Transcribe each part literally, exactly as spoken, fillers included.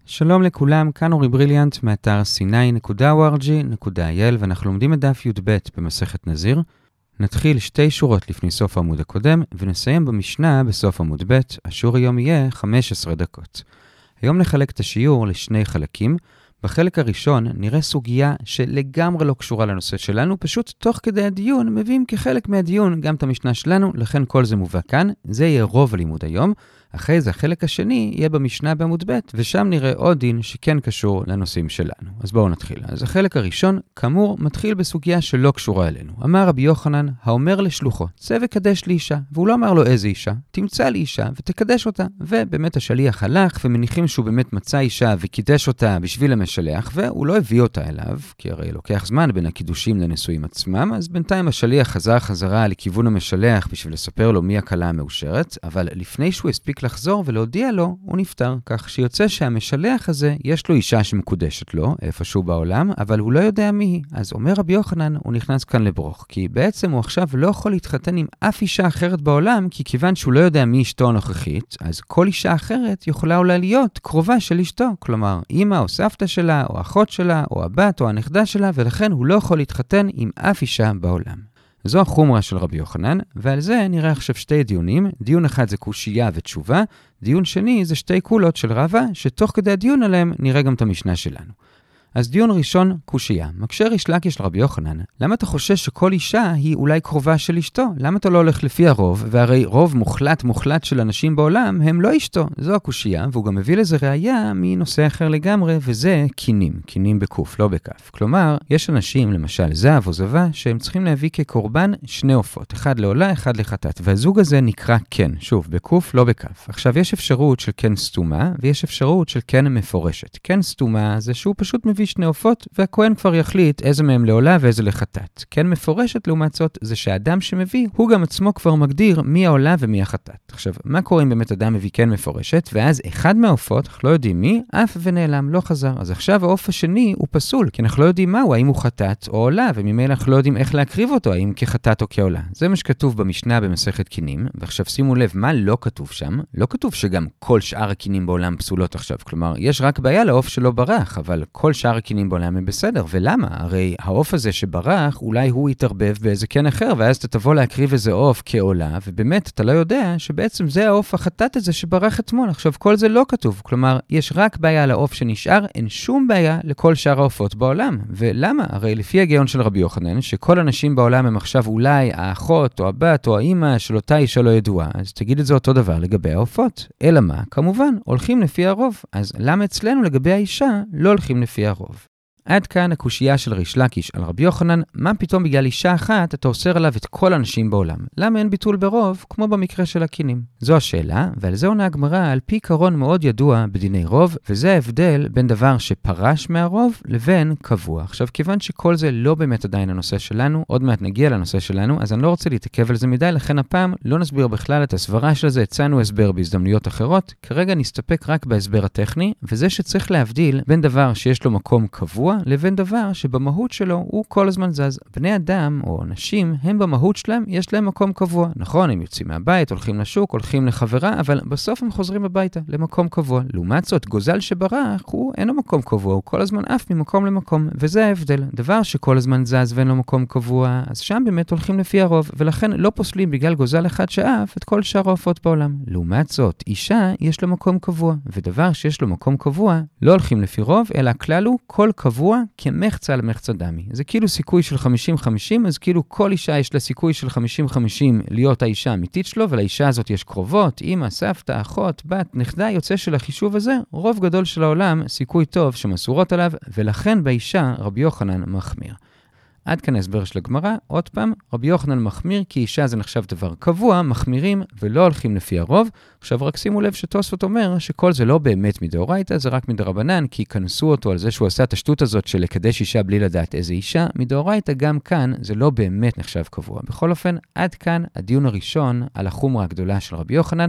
שלום לכולם, כאן אורי בריליאנט מאתר סיני נקודה או אר ג'י נקודה איי אל ואנחנו לומדים את דף י"ב במסכת נזיר. נתחיל שתי שורות לפני סוף העמוד הקודם ונסיים במשנה בסוף עמוד ב'. השיעור היום יהיה חמש עשרה דקות. היום נחלק את השיעור לשני חלקים. בחלק הראשון נראה סוגיה שלגמרי לא קשורה לנושא שלנו, פשוט תוך כדי הדיון מביאים כחלק מהדיון גם את המשנה שלנו, לכן כל זה מובא כאן. זה יהיה רוב הלימוד היום. אחרי זה החלק השני יהיה במשנה בעמוד ב', ושם נראה עוד דין שכן קשור לנושאים שלנו. אז בואו נתחיל. אז החלק הראשון, כאמור, מתחיל בסוגיה שלא קשורה אלינו. אמר רבי יוחנן, האומר לשלוחו, צא וקדש לאישה, והוא לא אמר לו איזה אישה, תמצא לי אישה ותקדש אותה. ובאמת השליח הלך, ומניחים שהוא באמת מצא אישה וקידש אותה בשביל המשלח, והוא לא הביא אותה אליו, כי הרי לוקח זמן בין הקידושים לנישואים עצמם, אז בינתיים השליח חזר חזרה לכיוון המשלח בשביל לספר לו מי הכלה המאושרת, אבל לפני שהוא הספיק לחזור ולהודיע לו, הוא נפטר. כך שיוצא שהמשלח הזה, יש לו אישה שמקודשת לו, איפשהו בעולם, אבל הוא לא יודע מי היא. אז אומר רבי יוחנן, הוא נכנס כאן לברוך, כי בעצם הוא עכשיו לא יכול להתחתן עם אף אישה אחרת בעולם, כי כיוון שהוא לא יודע מי אשתו הנוכחית, אז כל אישה אחרת יכולה אולי להיות קרובה של אשתו, כלומר, אמא או סבתא שלה, או אחות שלה, או הבת או הנכדה שלה, ולכן הוא לא יכול להתחתן עם אף אישה בעולם. זו החומרה של רבי יוחנן, ועל זה נראה עכשיו שתי דיונים. דיון אחד זה קושייה ותשובה, דיון שני זה שתי קולות של רבא, שתוך כדי הדיון עליהם נראה גם את המשנה שלנו. אז דיון ראשון, קושייה. מקשה ריש לקיש לרבי יוחנן, למה אתה חושש שכל אישה היא אולי קרובה של אשתו? למה אתה לא הולך לפי הרוב? והרי רוב מוחלט מוחלט של אנשים בעולם הם לא אשתו. זו הקושייה, והוא גם מביא לזה ראייה מנושא אחר לגמרי, וזה קינים, קינים בקוף, לא בכף. כלומר, יש אנשים, למשל זב או זבה, שהם צריכים להביא כקורבן שני עופות, אחד לעולה, אחד לחטאת, והזוג הזה נקרא כן, שוב, בקוף, לא בכף. עכשיו, יש אפשרות של כן סתומה, ויש אפשרות של כן מפורשת. כן סתומה זה שהוא פשוט מביא שני עופות, והכהן כבר יחליט איזה מהם לעולה ואיזה לחטאת. כן מפורשת לעומת זאת, זה שהאדם שמביא, הוא גם עצמו כבר מגדיר מי העולה ומי החטאת. עכשיו, מה קורה אם באמת אדם מביא כן מפורשת, ואז אחד מהעופות, אנחנו לא יודעים מי, אף ונעלם, לא חזר. אז עכשיו העוף השני הוא פסול, כי אנחנו לא יודעים מהו, האם הוא חטאת או עולה, וממילא אנחנו לא יודעים איך להקריב אותו, האם כחטאת או כעולה. זה מה שכתוב במשנה במסכת קינים, ועכשיו שימו לב, מה לא כתוב שם? לא כתוב שגם כל שאר הקינים בעולם פסולות עכשיו. כלומר, יש רק בעיה לעוף שלא ברח, אבל כל שאר הקינים בעולם הם בסדר. ולמה? הרי העוף הזה שברח, אולי הוא יתערבב באיזה כן אחר, ואז אתה תבוא להקריב איזה עוף כעולה, ובאמת אתה לא יודע שבעצם זה העוף החטאת הזה שברח אתמול. עכשיו, כל זה לא כתוב. כלומר, יש רק בעיה לעוף שנשאר, אין שום בעיה לכל שאר העופות בעולם. ולמה? הרי לפי הגיון של רבי יוחנן, שכל אנשים בעולם הם עכשיו אולי האחות או הבת או האמא של אותה אישה לא ידועה, אז תגיד את זה אותו דבר לגבי העופות. אלא מה? כמובן, הולכים לפי הרוב. אז למה אצלנו לגבי האישה לא הולכים לפי הרוב? עד כאן הקושייה של ריש לקיש על רבי יוחנן, מה פתאום בגלל אישה אחת אתה אוסר עליו את כל האנשים בעולם? למה אין ביטול ברוב, כמו במקרה של הקינים? זו השאלה, ועל זה עונה הגמרא על פי עיקרון מאוד ידוע בדיני רוב, וזה ההבדל בין דבר שפרש מהרוב לבין קבוע. עכשיו, כיוון שכל זה לא באמת עדיין הנושא שלנו, עוד מעט נגיע לנושא שלנו, אז אני לא רוצה להתעכב על זה מדי, לכן הפעם לא נסביר בכלל את הסברה של זה, הצענו הסבר בהזדמנויות אחרות. כרגע נסתפק רק בהסבר הטכני, וזה שצריך להבדיל בין דבר שיש לו מקום קבוע לבין דבר שבמהות שלו הוא כל הזמן זז. בני אדם או אנשים, הם במהות שלהם, יש להם מקום קבוע. נכון, הם יוצאים מהבית, הולכים לשוק, הולכים לחברה, אבל בסוף הם חוזרים הביתה, למקום קבוע. לעומת זאת, גוזל שברח, הוא אין לו מקום קבוע, הוא כל הזמן עף ממקום למקום, וזה ההבדל. דבר שכל הזמן זז ואין לו מקום קבוע, אז שם באמת הולכים לפי הרוב, ולכן לא פוסלים בגלל גוזל אחד שעף את כל שאר העופות בעולם. לעומת זאת, אישה יש לו מקום קבוע, ודבר שיש לו מקום קבוע, לא הולכים לפי רוב, אלא הכלל הוא כל קבוע כמחצה על מחצה דמי. זה כאילו סיכוי של חמישים חמישים, אז כאילו כל אישה יש לה סיכוי של חמישים חמישים להיות האישה האמיתית שלו, ולאישה הזאת יש קרובות, אמא, סבתא, אחות, בת, נכדה, יוצא של החישוב הזה, רוב גדול של העולם, סיכוי טוב שמסורות עליו, ולכן באישה רבי יוחנן מחמיר. עד כאן ההסבר של הגמרא. עוד פעם, רבי יוחנן מחמיר כי אישה זה נחשב דבר קבוע, מחמירים ולא הולכים לפי הרוב. עכשיו רק שימו לב שתוספות אומר שכל זה לא באמת מדאורייתא, זה רק מדרבנן, כי כנסו אותו על זה שהוא עשה את השטות הזאת של לקדש אישה בלי לדעת איזה אישה. מדאורייתא גם כאן זה לא באמת נחשב קבוע. בכל אופן, עד כאן הדיון הראשון על החומרה הגדולה של רבי יוחנן.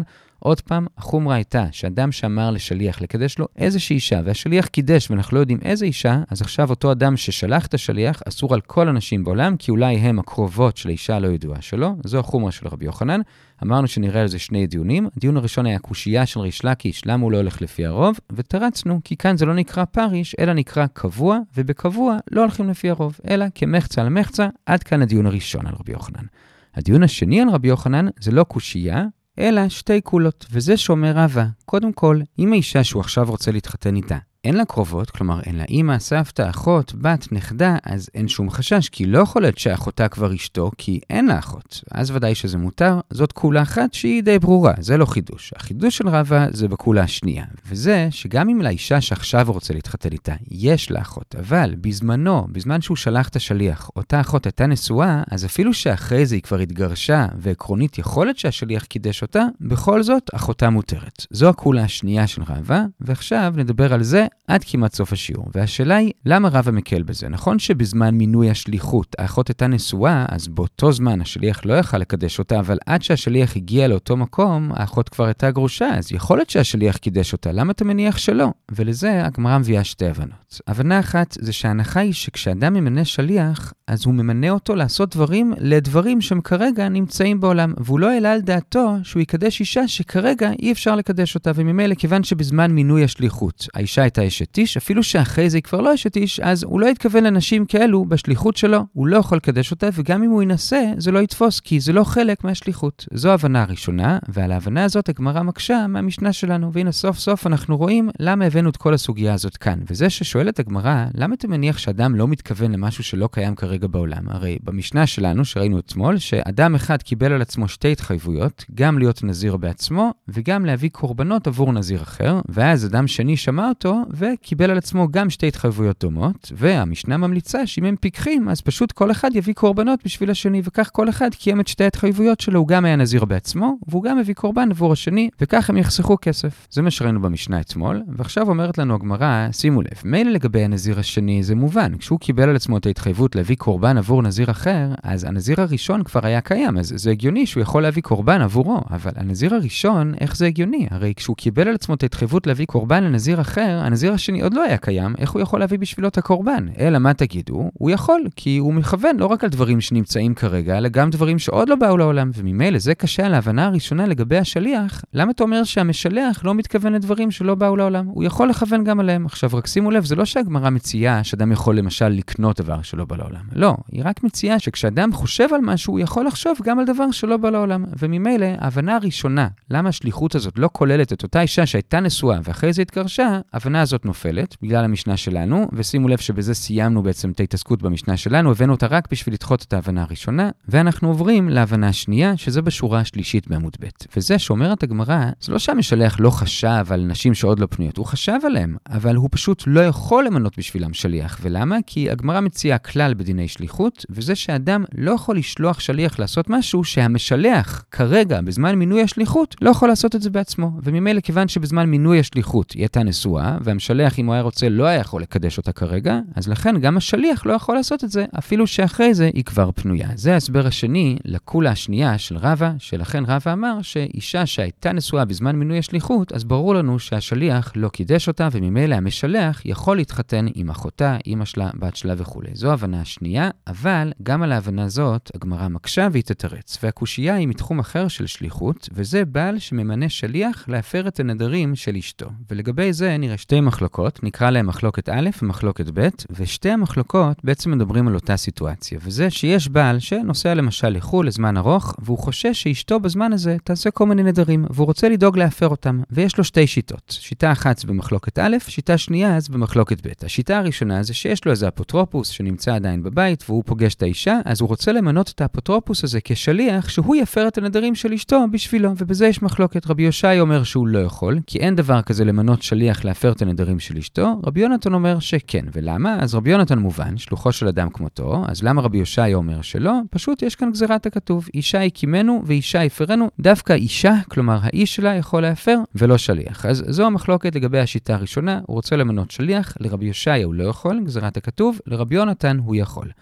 עוד פעם, החומרה הייתה שאדם שאמר לשליח לקדש לו איזושהי אישה, והשליח קידש ואנחנו לא יודעים איזה אישה, אז עכשיו אותו אדם ששלח את השליח אסור על כל אנשים בעולם, כי אולי הם הקרובות של האישה הלא ידועה שלו. זו החומרה של רבי יוחנן. אמרנו שנראה על זה שני דיונים. הדיון הראשון היה קושייה של ריש לקיש, למה הוא לא הולך לפי הרוב, ותרצנו, כי כאן זה לא נקרא פריש, אלא נקרא קבוע, ובקבוע לא הולכים לפי הרוב, אלא כמחצה על מחצה. עד כאן הדיון הראשון על רבי יוחנן. הדיון השני על רבי יוחנן זה לא קושייה, אלא שתי קולות, וזה שאומר רבא. קודם כל, אם האישה שהוא עכשיו רוצה להתחתן איתה, אין לה קרובות, כלומר אין לה אמא, סבתא, אחות, בת, נכדה, אז אין שום חשש, כי לא יכול להיות שאחותה כבר אשתו, כי אין לה אחות. אז ודאי שזה מותר, זאת קולה אחת שהיא די ברורה, זה לא חידוש. החידוש של רבא זה בקולה השנייה, וזה שגם אם לאישה שעכשיו רוצה להתחתן איתה, יש לה אחות, אבל בזמנו, בזמן שהוא שלח את השליח, אותה אחות הייתה נשואה, אז אפילו שאחרי זה היא כבר התגרשה, ועקרונית יכולת שהשליח קידש אותה, בכל זאת אחותה מותרת. זו הקולה השנייה של רבא, ועכשיו נדבר על זה עד כמעט סוף השיעור. והשאלה היא, למה רבא מקל בזה? נכון שבזמן מינוי השליחות, האחות הייתה נשואה, אז באותו זמן השליח לא יכל לקדש אותה, אבל עד שהשליח הגיע לאותו מקום, האחות כבר הייתה גרושה, אז יכול להיות שהשליח קידש אותה. למה אתה מניח שלא? ולזה הגמרא מביאה שתי הבנות. הבנה אחת זה שההנחה היא שכשאדם ממנה שליח, אז הוא ממנה אותו לעשות דברים לדברים שהם כרגע נמצאים בעולם, והוא לא העלה על דעתו שהוא יקדש אישה שכרגע אי אפשר לקדש אותה, וממילא כיוון שבזמן מינוי השליחות, האישה הייתה אשת איש, אפילו שאחרי זה היא כבר לא אשת איש, אז הוא לא יתכוון לנשים כאלו בשליחות שלו, הוא לא יכול לקדש אותה, וגם אם הוא ינסה, זה לא יתפוס, כי זה לא חלק מהשליחות. זו ההבנה הראשונה, ועל ההבנה הזאת הגמרא מקשה מהמשנה שלנו, והנה סוף סוף אנחנו רואים למה הבאנו את כל הסוגיה הזאת כאן. וזה ששואלת הגמרא, למה אתה מניח שאדם לא מתכוון למשהו שלא קיים כרגע בעולם? הרי במשנה שלנו, שראינו אתמול, שאדם אחד קיבל על עצמו שתי התחייבויות, גם להיות נזיר בעצמו, וגם להביא קורבנות עבור נזיר אחר, ואז אדם שני שמע אותו, וקיבל על עצמו גם שתי התחייבויות דומות, והמשנה ממליצה שאם הם פיקחים, אז פשוט כל אחד יביא קורבנות בשביל השני, וכך כל אחד קיים את שתי התחייבויות שלו, הוא גם היה נזיר בעצמו, והוא גם הביא קורבן עבור השני, וכך הם יחסכו כסף. זה מה שראינו במשנה אתמול, ועכשיו אומרת לנו הגמרא, שימו לב, מילא לגבי הנזיר השני זה מובן, כשהוא קיבל על עצמו את ההתחייבות להביא קורבן עבור נזיר אחר, אז הנזיר הראשון כבר היה קיים, אז זה הגיוני שהוא יכול להביא קורבן עבורו, אבל הנזיר הראשון, איך זה הגיוני? הרי כשהוא קיבל על עצמו את ההתחייבות להביא קורבן לנזיר אחר, הנזיר השני עוד לא היה קיים, איך הוא יכול להביא בשבילו את הקורבן? אלא מה תגידו? הוא יכול, כי הוא מכוון לא רק על דברים שנמצאים כרגע, אלא גם דברים שעוד לא באו לעולם, וממילא זה קשה על ההבנה הראשונה לגבי השליח. למה אתה אומר שהמשלח לא מתכוון לדברים שלא באו לעולם? הוא יכול לכוון גם עליהם. עכשיו רק שימו לב, זה לא שהגמרא מציעה שאדם יכול למשל לקנות דבר שלא בא לעולם. לא, היא רק מציעה שכשאדם חושב על משהו, הוא יכול לחשוב גם על דבר שלא בא לעולם. וממילא, ההבנה הראשונה, למה השליחות הזאת לא כוללת את אותה אישה שהייתה נשואה ואחרי זה התגרשה, ההבנה הזאת נופלת בגלל המשנה שלנו, ושימו לב שבזה סיימנו בעצם את ההתעסקות במשנה שלנו, הבאנו אותה רק בשביל לדחות את ההבנה הראשונה, ואנחנו עוברים להבנה השנייה, שזה בשורה השלישית בעמוד ב'. וזה שאומרת הגמרא, זה לא שהמשלח לא חשב על נשים שעוד לא פנויות, הוא חשב עליהם, אבל הוא פשוט לא יכול למנות בשבילם שליח. ולמה? כי הגמרא מציעה כלל בדיני שליחות, וזה שאדם לא יכול לשלוח שליח לעשות משהו שהמשלח כרגע, בזמן מינוי השליחות, לא יכול לעשות את זה בעצמו. וממילא כיוון שבזמן מינוי השליחות היא הייתה נשואה, והמשלח אם הוא היה רוצה לא היה יכול לקדש אותה כרגע, אז לכן גם השליח לא יכול לעשות את זה, אפילו שאחרי זה היא כבר פנויה. זה ההסבר השני לקולה השנייה של רבא, שלכן רבא אמר שאישה שהייתה נשואה בזמן מינוי השליחות, אז ברור לנו שהשליח לא קידש אותה, וממילא המשלח יכול להתחתן עם אחותה, אמא שלה, בת שלה וכו'. זו ההבנה השנייה, אבל גם על ההבנה הזאת הגמרא מקשה והיא תתרץ. והקושייה היא מתחום אחר של שליחות, וזה בעל שממנה שליח להפר את הנדרים של אשתו. ולגבי זה נראה שתי מחלוקות, נקרא להם מחלוקת א' ומחלוקת ב', ושתי המחלוקות בעצם מדברים על אותה סיטואציה, וזה שיש בעל שנוסע למשל לחו"ל לזמן ארוך, והוא חושש שאשתו בזמן הזה תעשה כל מיני נדרים, והוא רוצה לדאוג להפר אותם, ויש לו שתי שיטות. שיטה אחת במחלוקת א', שיטה שנייה אז במחלוקת ב'. השיטה הראשונה זה שיש לו איזה אפוטרופוס שנמצא עדיין בבית, והוא פוגש את האישה, אז הוא רוצה למנות את האפוטרופוס הזה כשליח, שהוא יפר את הנדרים של אשתו בשבילו, ובזה יש מחלוקת. רבי יושעיה אומר שהוא לא יכול, כי אין דבר כזה למנות שליח להפר את הנדרים של אשתו. רבי יונתן אומר שכן. ולמה? אז רבי יונתן מובן, שלוחו של אדם כמותו, אז למה רבי יושעיה אומר שלא? פשוט יש כאן גזירת הכתוב, אישה הקימנו ואישה יפרנו, דווקא אישה, כלומר האיש שלה יכול להפר ולא שליח. אז זו המחלוקת לגבי השיטה הראשונה, הוא רוצה למנות שליח, לרבי יושעיה הוא לא יכול, גזירת הכתוב, לרבי יונתן הוא יכול.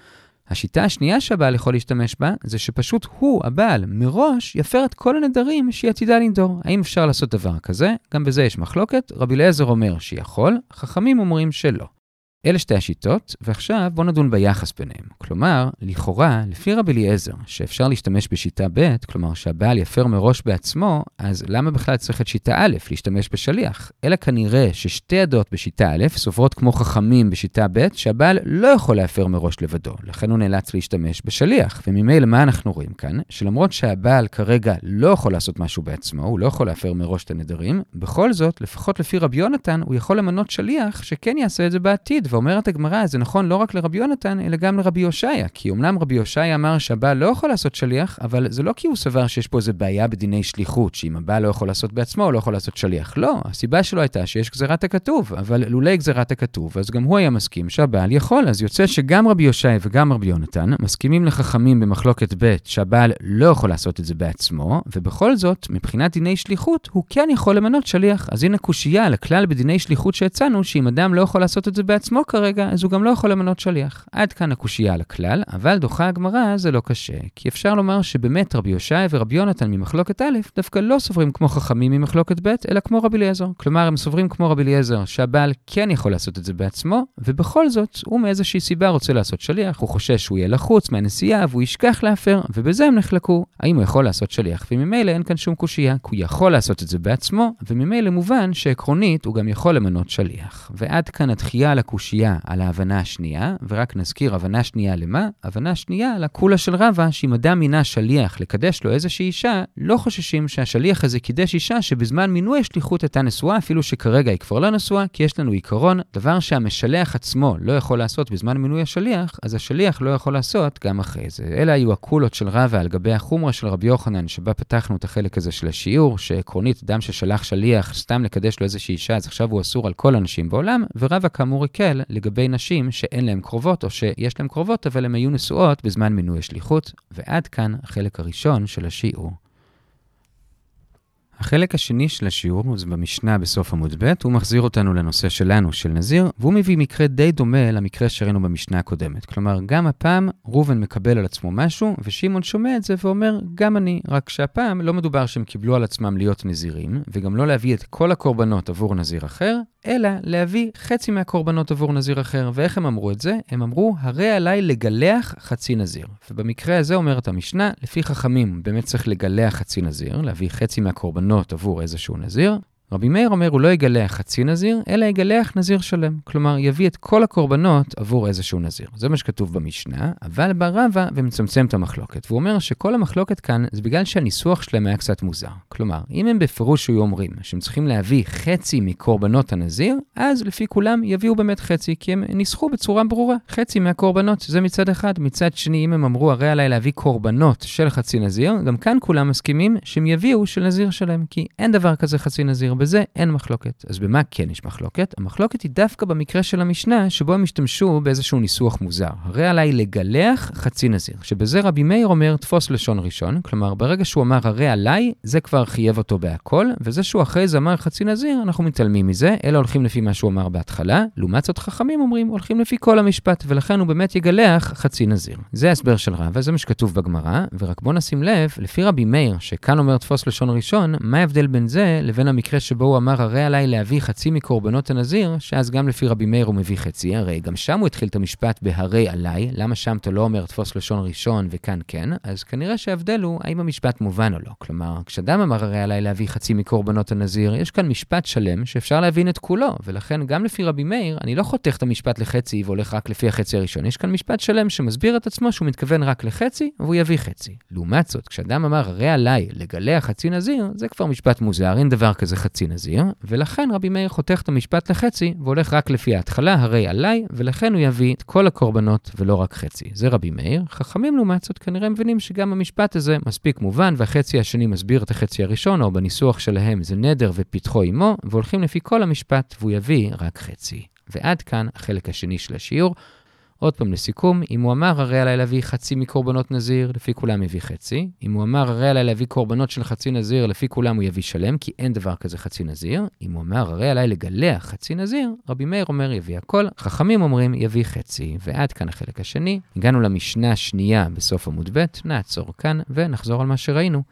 השיטה השנייה שהבעל יכול להשתמש בה, זה שפשוט הוא, הבעל, מראש יפר את כל הנדרים שהיא עתידה לנדור. האם אפשר לעשות דבר כזה? גם בזה יש מחלוקת. רבי אליעזר אומר שיכול, חכמים אומרים שלא. אלה שתי השיטות, ועכשיו בוא נדון ביחס ביניהם. כלומר, לכאורה, לפי רבי אליעזר, שאפשר להשתמש בשיטה ב', כלומר שהבעל יפר מראש בעצמו, אז למה בכלל צריך את שיטה א', להשתמש בשליח? אלא כנראה ששתי הדעות בשיטה א' סוברות כמו חכמים בשיטה ב', שהבעל לא יכול להפר מראש לבדו, לכן הוא נאלץ להשתמש בשליח. וממילא מה אנחנו רואים כאן? שלמרות שהבעל כרגע לא יכול לעשות משהו בעצמו, הוא לא יכול להפר מראש את הנדרים, בכל זאת, לפחות לפי רבי יונתן, הוא יכול למנות שליח שכן יעשה את זה בעתיד. ואומרת הגמרא, זה נכון לא רק לרבי יונתן, אלא גם לרבי יושעיה, כי אומנם רבי יושעיה אמר שהבעל לא יכול לעשות שליח, אבל זה לא כי הוא סבר שיש פה איזה בעיה בדיני שליחות, שאם הבעל לא יכול לעשות בעצמו, הוא לא יכול לעשות שליח. לא, הסיבה שלו הייתה שיש גזירת הכתוב, אבל לולא גזירת הכתוב, אז גם הוא היה מסכים שהבעל יכול. אז יוצא שגם רבי יושעיה וגם רבי יונתן מסכימים לחכמים במחלוקת ב' שהבעל לא יכול לעשות את זה בעצמו, ובכל זאת, מבחינת דיני שליחות, הוא כן יכול למנות שליח. אז הנה קושיה לכלל בדיני שליחות שהצענו, שאם אדם לא יכול לעשות את זה בעצמו כרגע, אז הוא גם לא יכול למנות שליח. עד כאן הקושיה על הכלל, אבל דוחה הגמרא זה לא קשה, כי אפשר לומר שבאמת רבי יושעיה ורבי יונתן ממחלוקת א' דווקא לא סוברים כמו חכמים ממחלוקת ב', אלא כמו רבי אליעזר. כלומר, הם סוברים כמו רבי אליעזר שהבעל כן יכול לעשות את זה בעצמו, ובכל זאת, הוא מאיזושהי סיבה רוצה לעשות שליח, הוא חושש שהוא יהיה לחוץ מהנסיעה, והוא ישכח להפר, ובזה הם נחלקו. האם הוא יכול לעשות שליח? וממילא אין כאן שום קושיה, כי הוא יכול לעשות את זה בעצמו, וממילא מובן שעקרונית הוא גם יכול למנות שליח. ועד כאן התחייה על הקושיה על ההבנה השנייה, ורק נזכיר הבנה שנייה למה? הבנה שנייה לקולה של רבא, שאם אדם מינה שליח לקדש לו איזושהי אישה, לא חוששים שהשליח הזה קידש אישה שבזמן מינוי השליחות הייתה נשואה, אפילו שכרגע היא כבר לא נשואה, כי יש לנו עיקרון, דבר שהמשלח עצמו לא יכול לעשות בזמן מינוי השליח, אז השליח לא יכול לעשות גם אחרי זה. אלה היו הקולות של רבא על גבי החומרה של רבי יוחנן, שבה פתחנו את החלק הזה של השיעור, שעקרונית אדם ששלח שליח סתם לקדש לו איזושהי אישה, אז עכשיו הוא אסור על כל אנשים בעולם, ורבא כאמור הקל לגבי נשים שאין להם קרובות או שיש להם קרובות אבל הן היו נשואות בזמן מינוי השליחות. ועד כאן החלק הראשון של השיעור. החלק השני של השיעור, זה במשנה בסוף עמוד ב', הוא מחזיר אותנו לנושא שלנו, של נזיר, והוא מביא מקרה די דומה למקרה שראינו במשנה הקודמת. כלומר, גם הפעם ראובן מקבל על עצמו משהו, ושמעון שומע את זה ואומר, גם אני, רק שהפעם לא מדובר שהם קיבלו על עצמם להיות נזירים, וגם לא להביא את כל הקורבנות עבור נזיר אחר, אלא להביא חצי מהקורבנות עבור נזיר אחר. ואיך הם אמרו את זה? הם אמרו, הרי עליי לגלח חצי נזיר. ובמקרה הזה אומרת המשנה, לפי חכמים באמת צריך לגלח חצי נזיר, להביא חצי מהקורבנות עבור איזשהו נזיר. רבי מאיר אומר, הוא לא יגלח חצי נזיר, אלא יגלח נזיר שלם. כלומר, יביא את כל הקורבנות עבור איזשהו נזיר. זה מה שכתוב במשנה, אבל בא רבא ומצמצם את המחלוקת. והוא אומר שכל המחלוקת כאן זה בגלל שהניסוח שלהם היה קצת מוזר. כלומר, אם הם בפירוש היו אומרים שהם צריכים להביא חצי מקורבנות הנזיר, אז לפי כולם יביאו באמת חצי, כי הם ניסחו בצורה ברורה. חצי מהקורבנות, זה מצד אחד. מצד שני, אם הם אמרו, הרי עליי להביא קורבנות של חצי נזיר, גם כאן כולם מסכימים שהם יביאו של נזיר שלהם, כי אין דבר כזה חצי נזיר. בזה אין מחלוקת. אז במה כן יש מחלוקת? המחלוקת היא דווקא במקרה של המשנה, שבו הם השתמשו באיזשהו ניסוח מוזר. הרי עליי לגלח חצי נזיר. שבזה רבי מאיר אומר, תפוס לשון ראשון, כלומר, ברגע שהוא אמר הרי עליי, זה כבר חייב אותו בהכל, וזה שהוא אחרי זה אמר חצי נזיר, אנחנו מתעלמים מזה, אלא הולכים לפי מה שהוא אמר בהתחלה. לעומת זאת חכמים אומרים, הולכים לפי כל המשפט, ולכן הוא באמת יגלח חצי נזיר. זה ההסבר של רבא, זה מה שכתוב בגמרא, ורק בוא נשים לב, לפי רבי מאיר, שכאן אומר תפוס לשון ראשון, מה ההבדל בין זה לבין המקרה שבו הוא אמר הרי עליי להביא חצי מקורבנות הנזיר, שאז גם לפי רבי מאיר הוא מביא חצי, הרי גם שם הוא התחיל את המשפט בהרי עליי, למה שם אתה לא אומר תפוס לשון ראשון וכאן כן, אז כנראה שההבדל הוא האם המשפט מובן או לא. כלומר, כשאדם אמר הרי עליי להביא חצי מקורבנות הנזיר, יש כאן משפט שלם שאפשר להבין את כולו, ולכן גם לפי רבי מאיר, אני לא חותך את המשפט לחצי והולך רק לפי החצי הראשון. יש כאן משפט שלם שמסביר את עצמו שהוא מתכוון רק לחצי, והוא יביא חצי. לעומת זאת, כשאדם אמר הרי עליי לגלח חצי נזיר, זה כבר משפט מוזר, אין דבר כזה חצי נזיר, ולכן רבי מאיר חותך את המשפט לחצי, והולך רק לפי ההתחלה, הרי עליי, ולכן הוא יביא את כל הקורבנות ולא רק חצי. זה רבי מאיר. חכמים לעומת זאת כנראה מבינים שגם המשפט הזה מספיק מובן, והחצי השני מסביר את החצי הראשון, או בניסוח שלהם זה נדר ופתחו עמו, והולכים לפי כל המשפט, והוא יביא רק חצי. ועד כאן החלק השני של השיעור. עוד פעם לסיכום, אם הוא אמר הרי עליי להביא חצי מקורבנות נזיר, לפי כולם יביא חצי. אם הוא אמר הרי עליי להביא קורבנות של חצי נזיר, לפי כולם הוא יביא שלם, כי אין דבר כזה חצי נזיר. אם הוא אמר הרי עליי לגלח חצי נזיר, רבי מאיר אומר יביא הכל, חכמים אומרים יביא חצי. ועד כאן החלק השני. הגענו למשנה השנייה בסוף עמוד ב', נעצור כאן ונחזור על מה שראינו.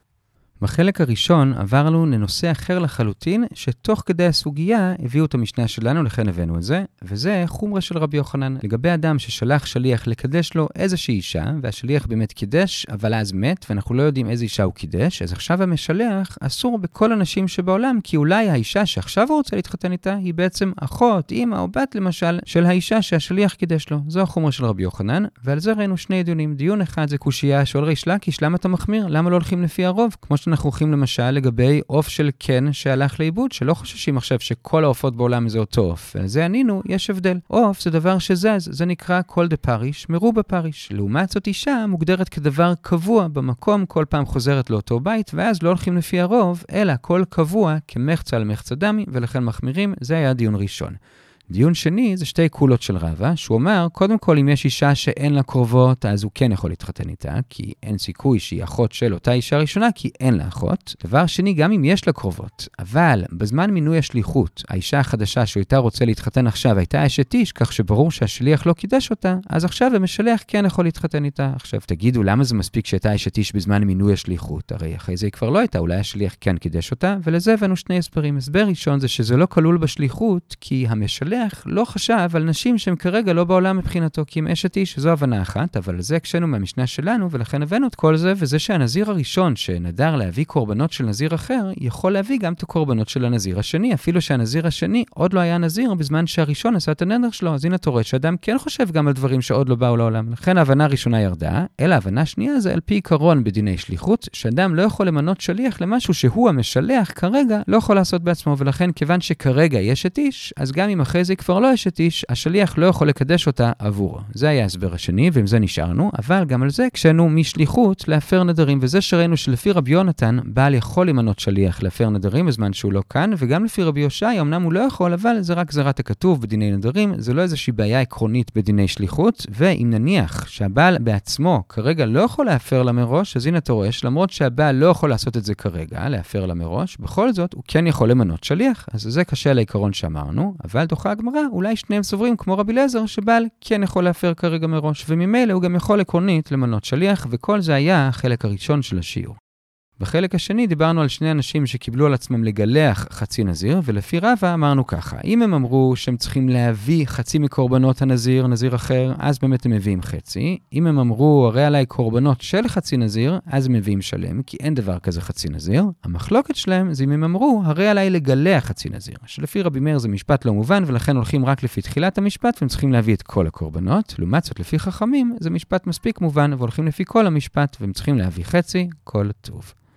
בחלק הראשון עברנו לנושא אחר לחלוטין, שתוך כדי הסוגיה הביאו את המשנה שלנו, לכן הבאנו את זה, וזה חומרה של רבי יוחנן. לגבי אדם ששלח שליח לקדש לו איזושהי אישה, והשליח באמת קידש, אבל אז מת, ואנחנו לא יודעים איזה אישה הוא קידש, אז עכשיו המשלח אסור בכל הנשים שבעולם, כי אולי האישה שעכשיו הוא רוצה להתחתן איתה, היא בעצם אחות, אמא או בת למשל, של האישה שהשליח קידש לו. זו החומרה של רבי יוחנן, ועל זה ראינו שני דיונים. דיון אחד זה קושיה, שואל ריש לקיש, למה אתה מחמיר? למה לא הולכים לפי הרוב? כמו אנחנו הולכים למשל לגבי עוף של קן שהלך לאיבוד, שלא חוששים עכשיו שכל העופות בעולם זה אותו עוף. ועל זה ענינו, יש הבדל. עוף זה דבר שזז, זה נקרא כל דה פריש, מרובה פריש. לעומת זאת אישה מוגדרת כדבר קבוע במקום, כל פעם חוזרת לאותו בית, ואז לא הולכים לפי הרוב, אלא כל קבוע כמחצה על מחצה דמי, ולכן מחמירים, זה היה דיון ראשון. דיון שני זה שתי קולות של רבא, שהוא אומר, קודם כל אם יש אישה שאין לה קרובות, אז הוא כן יכול להתחתן איתה, כי אין סיכוי שהיא אחות של אותה אישה ראשונה, כי אין לה אחות. דבר שני, גם אם יש לה קרובות, אבל בזמן מינוי השליחות, האישה החדשה שהייתה רוצה להתחתן עכשיו, הייתה אשת איש, כך שברור שהשליח לא קידש אותה, אז עכשיו המשלח כן יכול להתחתן איתה. עכשיו תגידו, למה זה מספיק שהייתה אשת איש בזמן מינוי השליחות? הרי אחרי זה היא כבר לא הייתה, אולי השליח כן קידש אותה, ולזה הבאנו שני הסברים. הסבר ראשון זה שזה לא כלול בשליחות, כי המשלח לא חשב על נשים שהן כרגע לא בעולם מבחינתו, כי אם אשת איש, זו הבנה אחת, אבל זה הקשנו מהמשנה שלנו, ולכן הבאנו את כל זה, וזה שהנזיר הראשון שנדר להביא קורבנות של נזיר אחר, יכול להביא גם את הקורבנות של הנזיר השני, אפילו שהנזיר השני עוד לא היה נזיר בזמן שהראשון עשה את הנדר שלו. אז הנה אתה רואה שאדם כן חושב גם על דברים שעוד לא באו לעולם. לכן ההבנה הראשונה ירדה, אלא ההבנה השנייה זה על פי עיקרון בדיני שליחות, שאדם לא יכול למנות שליח למשהו שהוא המשלח כרגע לא יכול לעשות בעצמו, ולכן כיוון שכרגע יש את איש, אז גם אם אחרי זה כבר לא אשת איש, השליח לא יכול לקדש אותה עבורו. זה היה הסבר השני, ועם זה נשארנו, אבל גם על זה הקשנו משליחות להפר נדרים, וזה שראינו שלפי רבי יונתן, בעל יכול למנות שליח להפר נדרים בזמן שהוא לא כאן, וגם לפי רבי יושעיה, אמנם הוא לא יכול, אבל זה רק גזרת הכתוב בדיני נדרים, זה לא איזושהי בעיה עקרונית בדיני שליחות, ואם נניח שהבעל בעצמו כרגע לא יכול להפר לה מראש, אז הנה אתה רואה, למרות שהבעל לא יכול לעשות את זה כרגע, להפר לה מראש, בכל זאת הוא כן יכול למנות שליח, אז זה קשה לעיקרון שאמרנו, אבל דוחה הגמרא, אולי שניהם סוברים כמו רבי אליעזר, שבעל כן יכול להפר כרגע מראש, וממילא הוא גם יכול עקרונית למנות שליח, וכל זה היה החלק הראשון של השיעור. בחלק השני דיברנו על שני אנשים שקיבלו על עצמם לגלח חצי נזיר, ולפי רבא אמרנו ככה, אם הם אמרו שהם צריכים להביא חצי מקורבנות הנזיר, נזיר אחר, אז באמת הם מביאים חצי. אם הם אמרו, הרי עליי קורבנות של חצי נזיר, אז הם מביאים שלם, כי אין דבר כזה חצי נזיר. המחלוקת שלהם זה אם הם אמרו, הרי עליי לגלח חצי נזיר, שלפי רבי מאיר זה משפט לא מובן, ולכן הולכים רק לפי תחילת המשפט, והם צריכים להביא את כל הקורבנות. לעומת זאת, לפי חכמים, זה משפט מספיק מובן, והולכים לפי כל המשפט, והם צריכים להביא חצי, כל טוב.